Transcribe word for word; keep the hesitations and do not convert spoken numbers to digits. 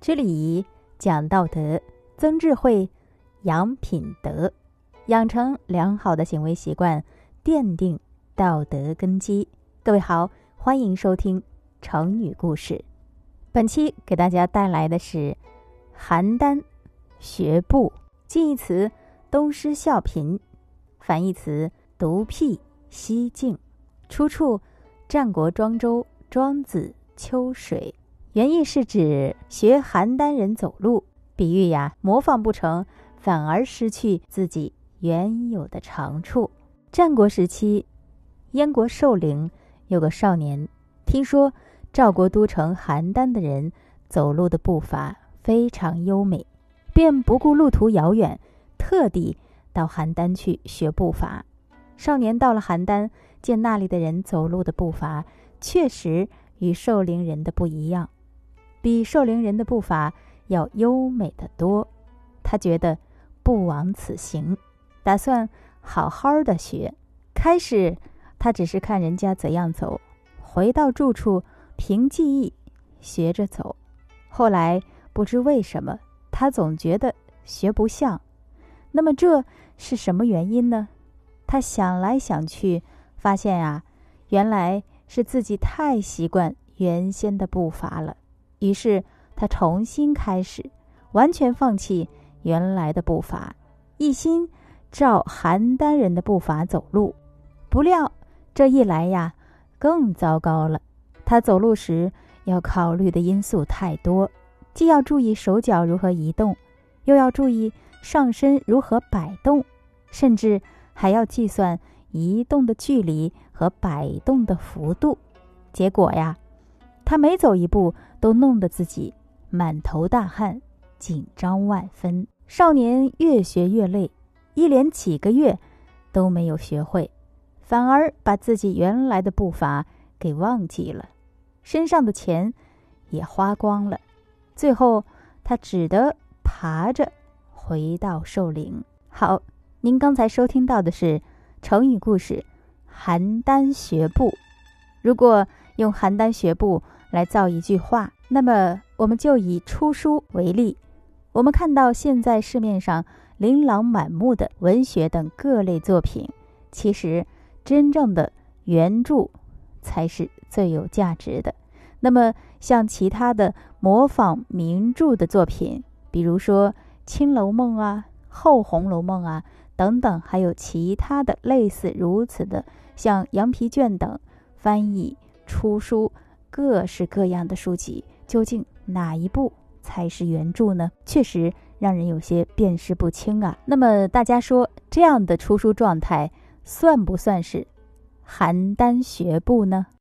知礼仪，讲道德，增智慧，养品德，养成良好的行为习惯，奠定道德根基。各位好，欢迎收听成语故事。本期给大家带来的是邯郸学步，近义词东施效颦，反义词独辟蹊径，出处战国庄周庄子秋水。原意是指学邯郸人走路，比喻呀，模仿不成，反而失去自己原有的长处。战国时期，燕国寿陵有个少年，听说赵国都城邯郸的人走路的步伐非常优美，便不顾路途遥远，特地到邯郸去学步伐。少年到了邯郸，见那里的人走路的步伐确实与寿陵人的不一样，比寿陵人的步伐要优美得多。他觉得不枉此行，打算好好的学。开始他只是看人家怎样走，回到住处凭记忆学着走。后来不知为什么，他总觉得学不像。那么这是什么原因呢？他想来想去，发现啊，原来是自己太习惯原先的步伐了。于是他重新开始，完全放弃原来的步伐，一心照邯郸人的步伐走路。不料这一来呀，更糟糕了。他走路时要考虑的因素太多，既要注意手脚如何移动，又要注意上身如何摆动，甚至还要计算移动的距离和摆动的幅度。结果呀，他每走一步都弄得自己满头大汗，紧张万分。少年越学越累，一连几个月都没有学会，反而把自己原来的步伐给忘记了，身上的钱也花光了。最后他只得爬着回到寿陵。好，您刚才收听到的是成语故事邯郸学步。如果用邯郸学步来造一句话，那么我们就以出书为例。我们看到现在市面上琳琅满目的文学等各类作品，其实真正的原著才是最有价值的。那么像其他的模仿名著的作品，比如说《青楼梦》啊、《后红楼梦》啊等等，还有其他的类似如此的，像羊皮卷等翻译出书各式各样的书籍，究竟哪一部才是原著呢？确实让人有些辨识不清啊。那么大家说，这样的出书状态算不算是邯郸学步呢？